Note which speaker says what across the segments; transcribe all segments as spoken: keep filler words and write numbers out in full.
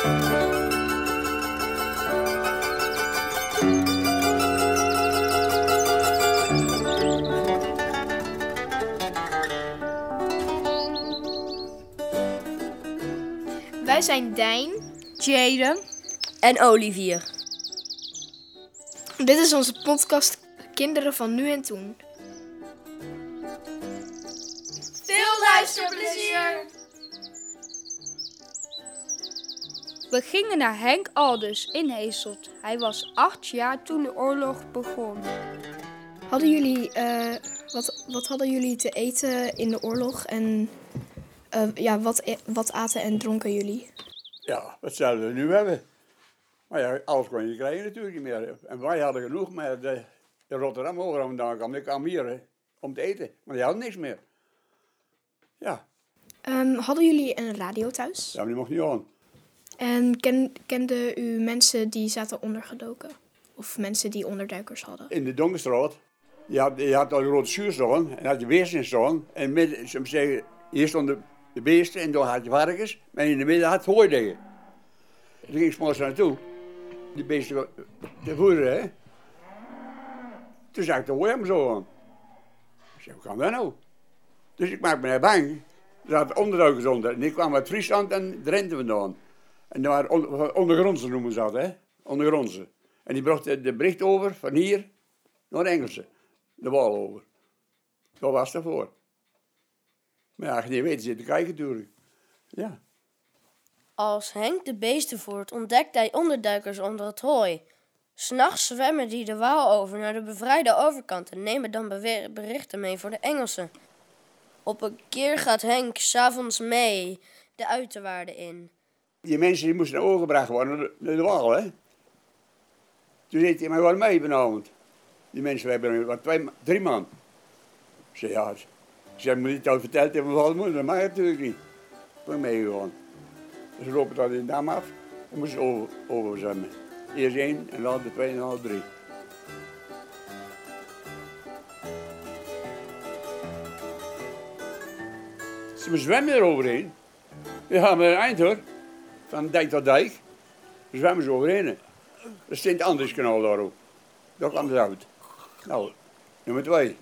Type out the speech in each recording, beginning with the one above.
Speaker 1: Wij zijn Dijn,
Speaker 2: Jaden
Speaker 3: en Olivier.
Speaker 1: Dit is onze podcast Kinderen van Nu en Toen. Veel luisterplezier!
Speaker 2: We gingen naar Henk Aldus in Heesselt. Hij was acht jaar toen de oorlog begon.
Speaker 1: Hadden jullie, uh, wat, wat hadden jullie te eten in de oorlog en uh, ja, wat, wat aten en dronken jullie?
Speaker 4: Ja, wat zouden we nu hebben? Maar ja, alles kon je niet krijgen natuurlijk niet meer. En wij hadden genoeg, maar de, de Rotterdam overal vandaan kwam, die kwam hier hè, om te eten. Maar die hadden niks meer. Ja.
Speaker 1: Um, hadden jullie een radio thuis?
Speaker 4: Ja, maar die mocht niet aan.
Speaker 1: En ken, kende u mensen die zaten ondergedoken? Of mensen die onderduikers hadden?
Speaker 4: In de Donkerstraat. Je had, je had al een grote schuur staan en had je weersteen staan. En midden, ze zeggen, hier stonden de beesten en daar had je varkens. En in de midden had het hooi liggen. Toen ging ik 's morgens naartoe. Die beesten te voeren, hè. Toen zag ik de hooi hem zo aan. Ik zei, hoe kan dat nou? Dus ik maak me bang. Er zaten onderduikers onder. En die kwamen uit Friesland en Drenthe vandaan. En dat waren on, ondergrondse noemen ze dat, hè. Ondergrondse. En die bracht de, de bericht over van hier naar Engelse. De wal over. Zo was het voor. Maar ja, als je niet weet, zit te kijken natuurlijk. Ja.
Speaker 3: Als Henk de beesten voert, ontdekt hij onderduikers onder het hooi. 'S Nachts zwemmen die de Waal over naar de bevrijde overkant en nemen dan bewe- berichten mee voor de Engelsen. Op een keer gaat Henk 's avonds mee de uiterwaarden in.
Speaker 4: Die mensen die moesten naar ogen gebracht worden naar de, naar de Waal, hè. Toen zei hij, maar waar mee vanavond? Die mensen, we hebben wat twee, drie man. Ik zei, ja, ze hebben me niet al verteld hebben van moeder, dat mag natuurlijk niet. Ik ben meegegaan. Dus ze lopen dat in de dam af en moesten over, over zwemmen. Eerst één en dan de twee en dan de drie. Ze zwemmen er overheen. Ja, maar een eind hoor. Van dijk tot dijk. We zwemmen ze overheen. Dat is het Anderskanaal daar ook. Daar kwam het uit. Nou, nummer twee.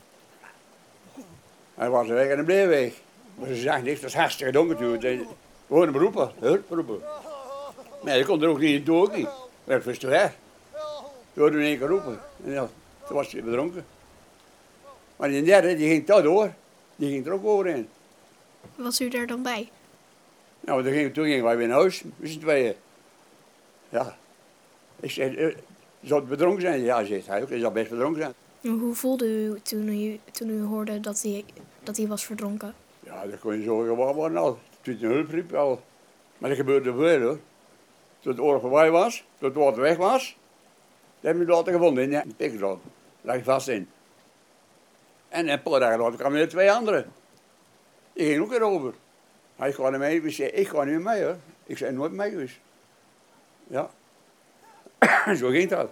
Speaker 4: Hij was weg en hij bleef weg. Maar ze zagen niks, dat is hartstikke donker natuurlijk. Gewoon hem roepen, hulp roepen. Maar je kon er ook niet in toe, ook niet. Dat was te weg. Toen hoorden we in één keer roepen. En ja, toen was hij bedronken. Maar die derde, die ging daar door. Die ging er ook overheen.
Speaker 1: Was u er dan bij?
Speaker 4: Nou, toen gingen, toen gingen wij weer naar huis, met z'n tweeën. Ja. Ik zei, zou het bedronken zijn? Ja, zegt hij ook, hij zal best bedronken zijn.
Speaker 1: Hoe voelde u toen u, toen u hoorde dat hij, dat hij was verdronken?
Speaker 4: Ja, dat kon je zo gewoon worden al. Toen het een hulp riep al. Maar dat gebeurde veel hoor. Toen het oorlog voorbij was, toen het water weg was, dan hebben we het water gevonden in de pikkenzout. Daar lag je vast in. En een paar dagen later kwamen er twee anderen. Die gingen ook erover. Hij gaat niet mee, ik zei, ik ga niet mee hoor. Ik zei, nooit mee geweest. Ja. Zo ging dat.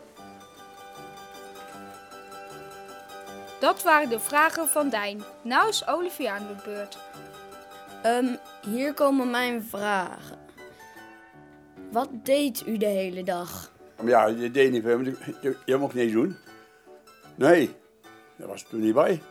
Speaker 2: Dat waren de vragen van Dijn. Nou is Olivier aan de beurt.
Speaker 3: Um, hier komen mijn vragen. Wat deed u de hele dag?
Speaker 4: Ja, je deed niet veel, je, je, je mocht niets doen. Nee, dat was toen niet bij.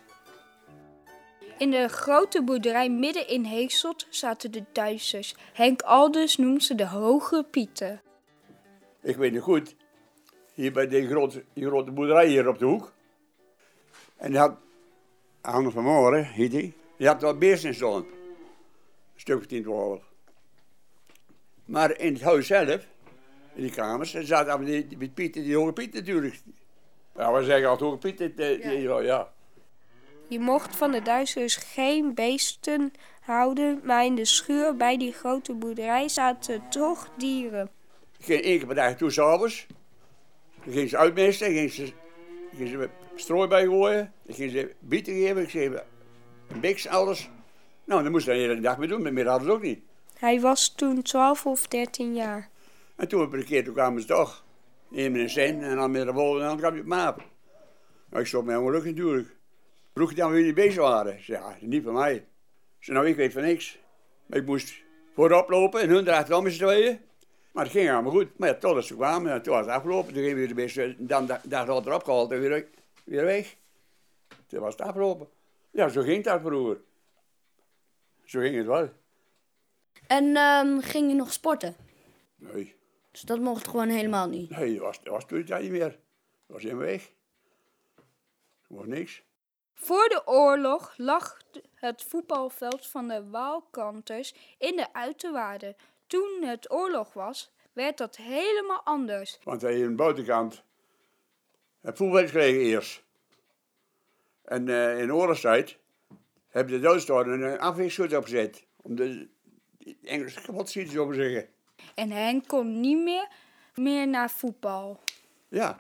Speaker 2: In de grote boerderij midden in Heesselt zaten de Duitsers. Henk Aldus noemt ze de Hoge Pieten.
Speaker 4: Ik weet het goed. Hier bij die grote, die grote boerderij hier op de hoek. En die had, Hannes van Moren, heet die. Die had wat beesten staan. Een stuk of tien, twaalf. Maar in het huis zelf, in die kamers, er zaten allemaal die, die Pieten, die Hoge Piet natuurlijk. Ja, we zeggen altijd Hoge Piet, die, die, ja. ja.
Speaker 2: Je mocht van de Duitsers geen beesten houden, maar in de schuur bij die grote boerderij zaten toch dieren.
Speaker 4: Ik ging één keer per dag toe, s'avonds. Dan ging ze uitmesten, dan ging ze, ging ze strooi bij gooien. Dan ging ze bieten geven, ik zei, een biks, alles. Nou, dan moest je de hele dag mee doen, maar meer hadden ze ook niet.
Speaker 2: Hij was toen twaalf of dertien jaar.
Speaker 4: En toen op een keer toen kwamen ze toch. Neem een cent en dan met de wol en dan kwam je op mijn apen. Nou, ik stond mij ongeluk natuurlijk. Vroeg je dan wie die bezig waren? Ik zei, ja, dat is niet van mij. Ik zei, nou, ik weet van niks. Maar ik moest voorop lopen en hun erachteraan met z'n tweeën. Maar het ging allemaal goed. Maar ja, totdat ze kwamen en toen was het afgelopen. Toen gingen we de beste, dan dag later opgehaald en weer, weer weg. Toen was het afgelopen. Ja, zo ging dat vroeger. Zo ging het wel.
Speaker 3: En um, ging je nog sporten?
Speaker 4: Nee.
Speaker 3: Dus dat mocht gewoon helemaal niet?
Speaker 4: Nee, dat was, dat was toen niet meer. Dat was helemaal weg. Er was niks.
Speaker 2: Voor de oorlog lag het voetbalveld van de Waalkanters in de Uiterwaarden. Toen het oorlog was, werd dat helemaal anders.
Speaker 4: Want hij in de buitenkant het voetbal gekregen eerst. En uh, in de oorlogstijd hebben de Duitsers een afweerschut opgezet. Om de, de Engelse kapot te schieten, zo maar zeggen.
Speaker 2: En Henk kon niet meer, meer naar voetbal.
Speaker 4: Ja.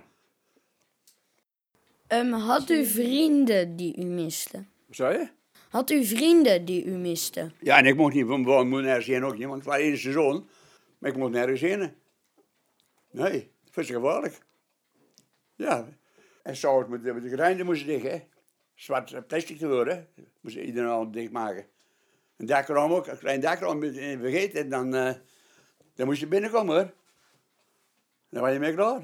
Speaker 3: Um, had u vrienden die u miste?
Speaker 4: Wat zei je?
Speaker 3: Had u vrienden die u miste?
Speaker 4: Ja, en ik mocht niet van wonen, moest nergens heen ook niet, want het was de enige zoon. Maar ik mocht nergens heen. Nee, dat was gevaarlijk. Ja. En s'avonds met de, de gordijnen moesten dicht, hè. Zwart plastic te worden, moest iedereen al dichtmaken. Een dakraam ook, een klein dakraam vergeten en dan, uh, dan moest je binnenkomen, hoor. Dan was je mee klaar.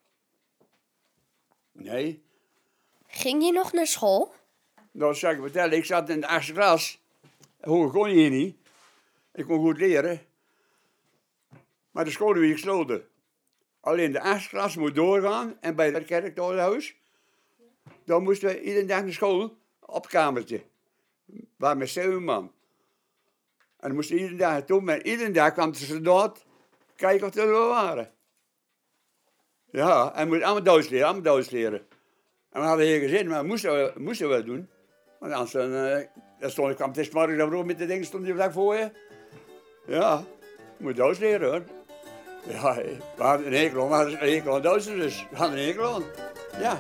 Speaker 4: Nee.
Speaker 3: Ging je nog naar school?
Speaker 4: Dat zal ik je vertellen, ik zat in de achtste klas. Hoger kon je hier niet. Ik kon goed leren. Maar de school werd gesloten. Alleen de achtste klas moet doorgaan en bij het kerktorenhuis, dan moesten we iedere dag naar school op het kamertje. Waar met zeven man. En dan moesten we iedere dag naartoe, maar iedere dag kwam de soldaat kijken of we er wel waren. Ja, en we moesten allemaal Duits leren, allemaal Duits leren. En we hadden hier gezin, maar we moesten, we moesten wel doen. Want anders dan, uh, dan stond ik, kwam het morgen dan met de dingen, stond die vlak voor je. Ja, je moet Duits leren, hoor. Ja, we hadden een hekel aan, we hadden een hekel aan Duitsers, dus we hadden een hekel aan. Ja.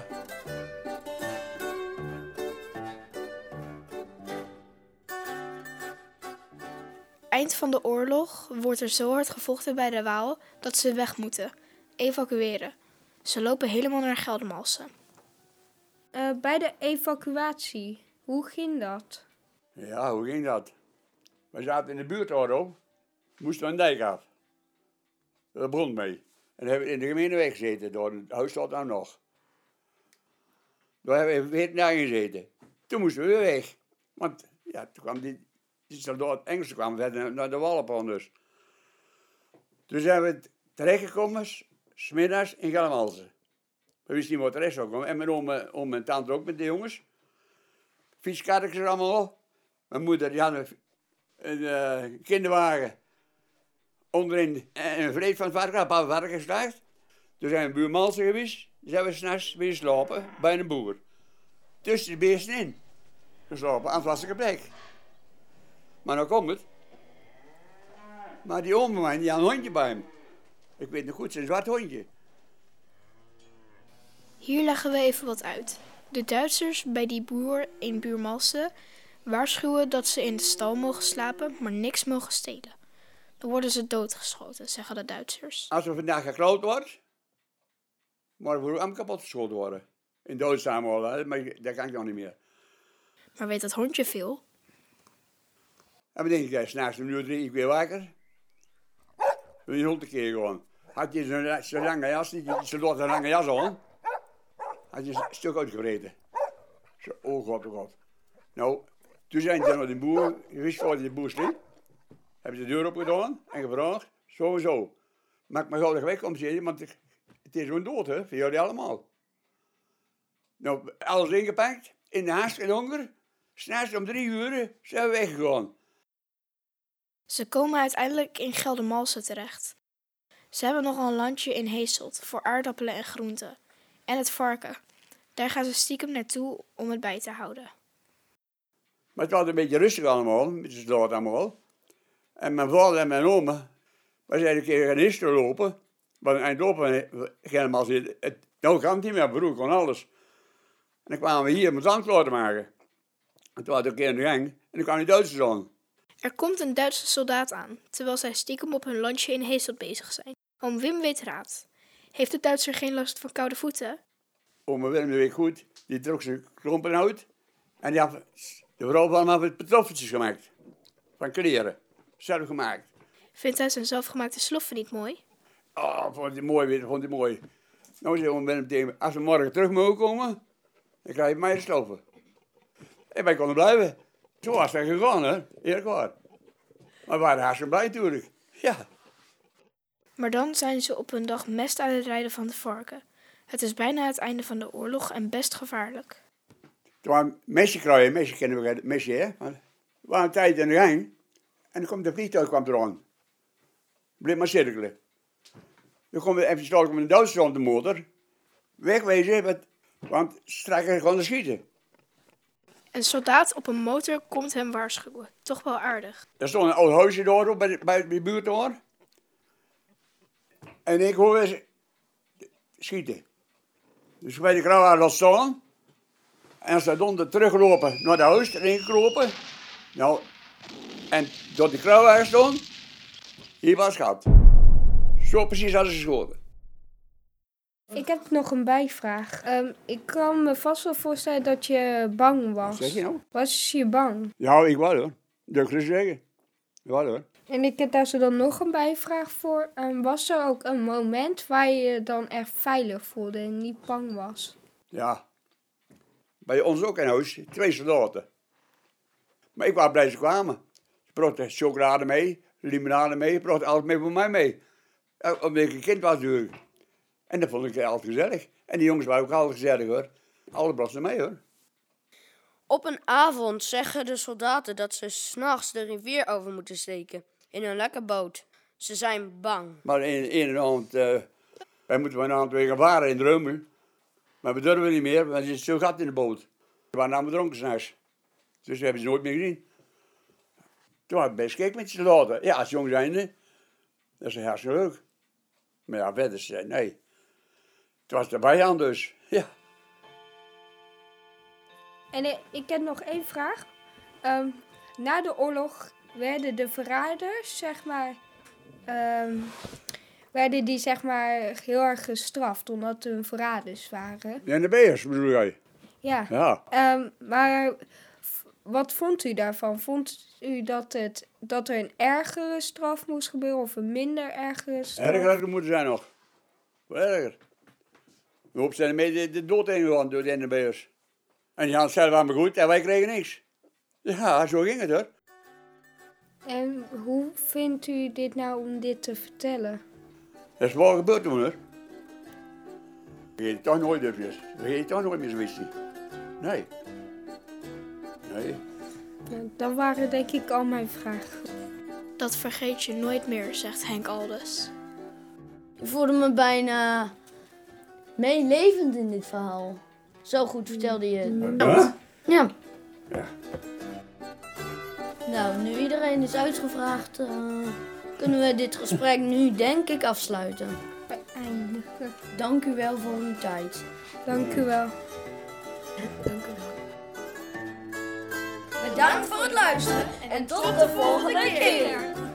Speaker 1: Eind van de oorlog wordt er zo hard gevochten bij de Waal dat ze weg moeten. Evacueren. Ze lopen helemaal naar Geldermalsen.
Speaker 2: Uh, bij de evacuatie, hoe ging dat?
Speaker 4: Ja, hoe ging dat? We zaten in de buurtauto, moesten we een dijk af. Dat begon mee. En dan hebben we in de gemeeneweg gezeten, door het huis staat nou nog. Daar hebben we veertien dagen gezeten. Toen moesten we weer weg. Want ja, toen kwam die, die soldaat Engels kwam verder naar de Wallenplan dus. Toen zijn we terechtgekomen, 's middags in Geldermalsen. We wisten niet wat de rest zou komen. En mijn oom, oom en tante ook met de jongens. Fietskarretjes er allemaal op. Mijn moeder die had een, een uh, kinderwagen. Onderin een vlees van het varken, een paar varkens geslaagd. Toen zijn we in Buurmalsen geweest. Toen zijn we s'nachts weer slapen bij een boer. Tussen de beesten in. Geslapen, anders was ik op plek. Maar nou komt het. Maar die oom van mij, die had een hondje bij hem. Ik weet nog goed, zijn zwart hondje.
Speaker 1: Hier leggen we even wat uit. De Duitsers bij die boer in Buurmalsen waarschuwen dat ze in de stal mogen slapen, maar niks mogen stelen. Dan worden ze doodgeschoten, zeggen de Duitsers.
Speaker 4: Als er vandaag gekloot wordt, morgen wordt hem kapot geschoten worden. In Duitsland al, maar dat kan ik nog niet meer.
Speaker 1: Maar weet dat hondje veel?
Speaker 4: En dan denk ik, s'nachts om uur drie, ik weer wakker. Wil je hond een keer gewoon. Had je zo'n zo lange jas, die soldaat een lange jas aan, had je een stuk uitgevreten. Zo, oh god, oh god. Nou, toen zijn ze naar de boer, je wist voor de boer sliep. Hebben ze de deur opgedaan en gevraagd, sowieso. Maak me gauw weg, om te zeggen, want het is gewoon dood, hè, voor jullie allemaal. Nou, alles ingepakt, in de haast en honger. S'nachts om drie uur zijn we weggegaan.
Speaker 1: Ze komen uiteindelijk in Geldermalsen terecht. Ze hebben nog een landje in Heesselt voor aardappelen en groenten. En het varken. Daar gaan ze stiekem naartoe om het bij te houden.
Speaker 4: Maar het was een beetje rustig allemaal, met z'n dood allemaal. En mijn vader en mijn oma, we zijn een keer gaan Heesselt lopen. Want eind lopen helemaal zitten. Het, nou kan het niet meer, broer kon alles. En dan kwamen we hier om het land klaar te maken. En toen was ik een keer in de gang en dan kwam die Duitsers aan.
Speaker 1: Er komt een Duitse soldaat aan, terwijl zij stiekem op hun landje in Heesselt bezig zijn. Oom Wim weet raad. Heeft de Duitser geen last van koude voeten?
Speaker 4: Oom Wim weet goed, die trok zijn klompen uit. En die had de vrouw van hem het pantoffeltjes gemaakt. Van kleren. Zelf gemaakt.
Speaker 1: Vindt hij zijn zelfgemaakte sloffen niet mooi?
Speaker 4: Oh, vond hij mooi weer, vond hij mooi. Nou zeggen we met hem tegen me, als we morgen terug mogen komen, dan krijg je mij de sloffen. En wij konden blijven. Zo was het gegaan, hè, eerlijk waar. Maar we waren hartstikke blij natuurlijk, ja.
Speaker 1: Maar dan zijn ze op een dag mest aan het rijden van de varken. Het is bijna het einde van de oorlog en best gevaarlijk.
Speaker 4: Toen waren mesje kruien, mesje kennen we, mesje hè. Maar we waren een tijd in de gang en dan komt de vliegtuig kwam eraan. Bleef maar cirkelen. Dan komen we even stalken met een Duitser op de motor. Wegwezen, want, want straks gewoon te schieten.
Speaker 1: Een soldaat op een motor komt hem waarschuwen. Toch wel aardig.
Speaker 4: Er stond een oud huisje daar bij de, bij de buurt daar. En ik hoor weer schieten. Dus bij de kraan laat staan. En ze dan teruglopen naar de huis, erin gekropen. Nou, en door de kraan staan, hier was het gat. Zo precies hadden ze geschoten.
Speaker 2: Ik heb nog een bijvraag. Um, ik kan me vast wel voorstellen dat je bang was.
Speaker 4: Wat zeg je nou?
Speaker 2: Was je bang?
Speaker 4: Ja, ik wel hoor. Durf ik te zeggen. Ja hoor.
Speaker 2: En ik heb daar zo dan nog een bijvraag voor. Um, was er ook een moment waar je je dan echt veilig voelde en niet bang was?
Speaker 4: Ja. Bij ons ook in huis, twee soldaten. Maar ik was blij ze kwamen. Ze brachten chocolade mee, limonade mee, ze brachten alles mee voor mij mee. Ja, omdat ik een kind was natuurlijk. En dat vond ik altijd gezellig. En die jongens waren ook altijd gezellig hoor. Alle brachten ze mee hoor.
Speaker 3: Op een avond zeggen de soldaten dat ze 's nachts de rivier over moeten steken. In een lekke boot. Ze zijn bang.
Speaker 4: Maar in, in een avond, uh, wij moeten een avond weer gaan varen in Dreumel. Maar we durven niet meer, want er zit zo'n gat in de boot. We waren namelijk dronken s'nachts. Dus we hebben ze nooit meer gezien. Toen had ik best gek met ze soldaten. Ja, als jong zijnde. Dat is hartstikke leuk. Maar ja, verder zei nee. Het was erbij aan dus, ja.
Speaker 2: En ik, ik heb nog één vraag. Um, na de oorlog werden de verraders, zeg maar, um, werden die zeg maar heel erg gestraft omdat hun verraders waren.
Speaker 4: Ja, de B'ers bedoel jij?
Speaker 2: Ja.
Speaker 4: Ja.
Speaker 2: Um, maar f- wat vond u daarvan? Vond u dat, het, dat er een ergere straf moest gebeuren of een minder ergere straf?
Speaker 4: Erger had het moeten zijn nog. Wel erger. We hoop zijn mee de, de dood ingegaan door de N B B'ers. En die hadden zelf aan me goed en wij kregen niks. Ja, zo ging het hoor.
Speaker 2: En hoe vindt u dit nou om dit te vertellen?
Speaker 4: Dat is wel gebeurd toen hoor. Vergeet het toch nooit even. Vergeet het toch nooit meer zoiets niet. Nee. Nee.
Speaker 2: Nou, dat waren denk ik al mijn vragen.
Speaker 1: Dat vergeet je nooit meer, zegt Henk Aldus.
Speaker 3: Ik voelde me bijna meelevend in dit verhaal. Zo goed vertelde je het.
Speaker 4: Ja?
Speaker 3: Ja.
Speaker 4: Ja.
Speaker 3: Nou, nu iedereen is uitgevraagd, uh, kunnen we dit gesprek nu denk ik afsluiten.
Speaker 2: Beëindigen.
Speaker 3: Dank u wel voor uw tijd.
Speaker 2: Dank u wel.
Speaker 3: Dank u wel. Bedankt voor het luisteren en tot de volgende keer.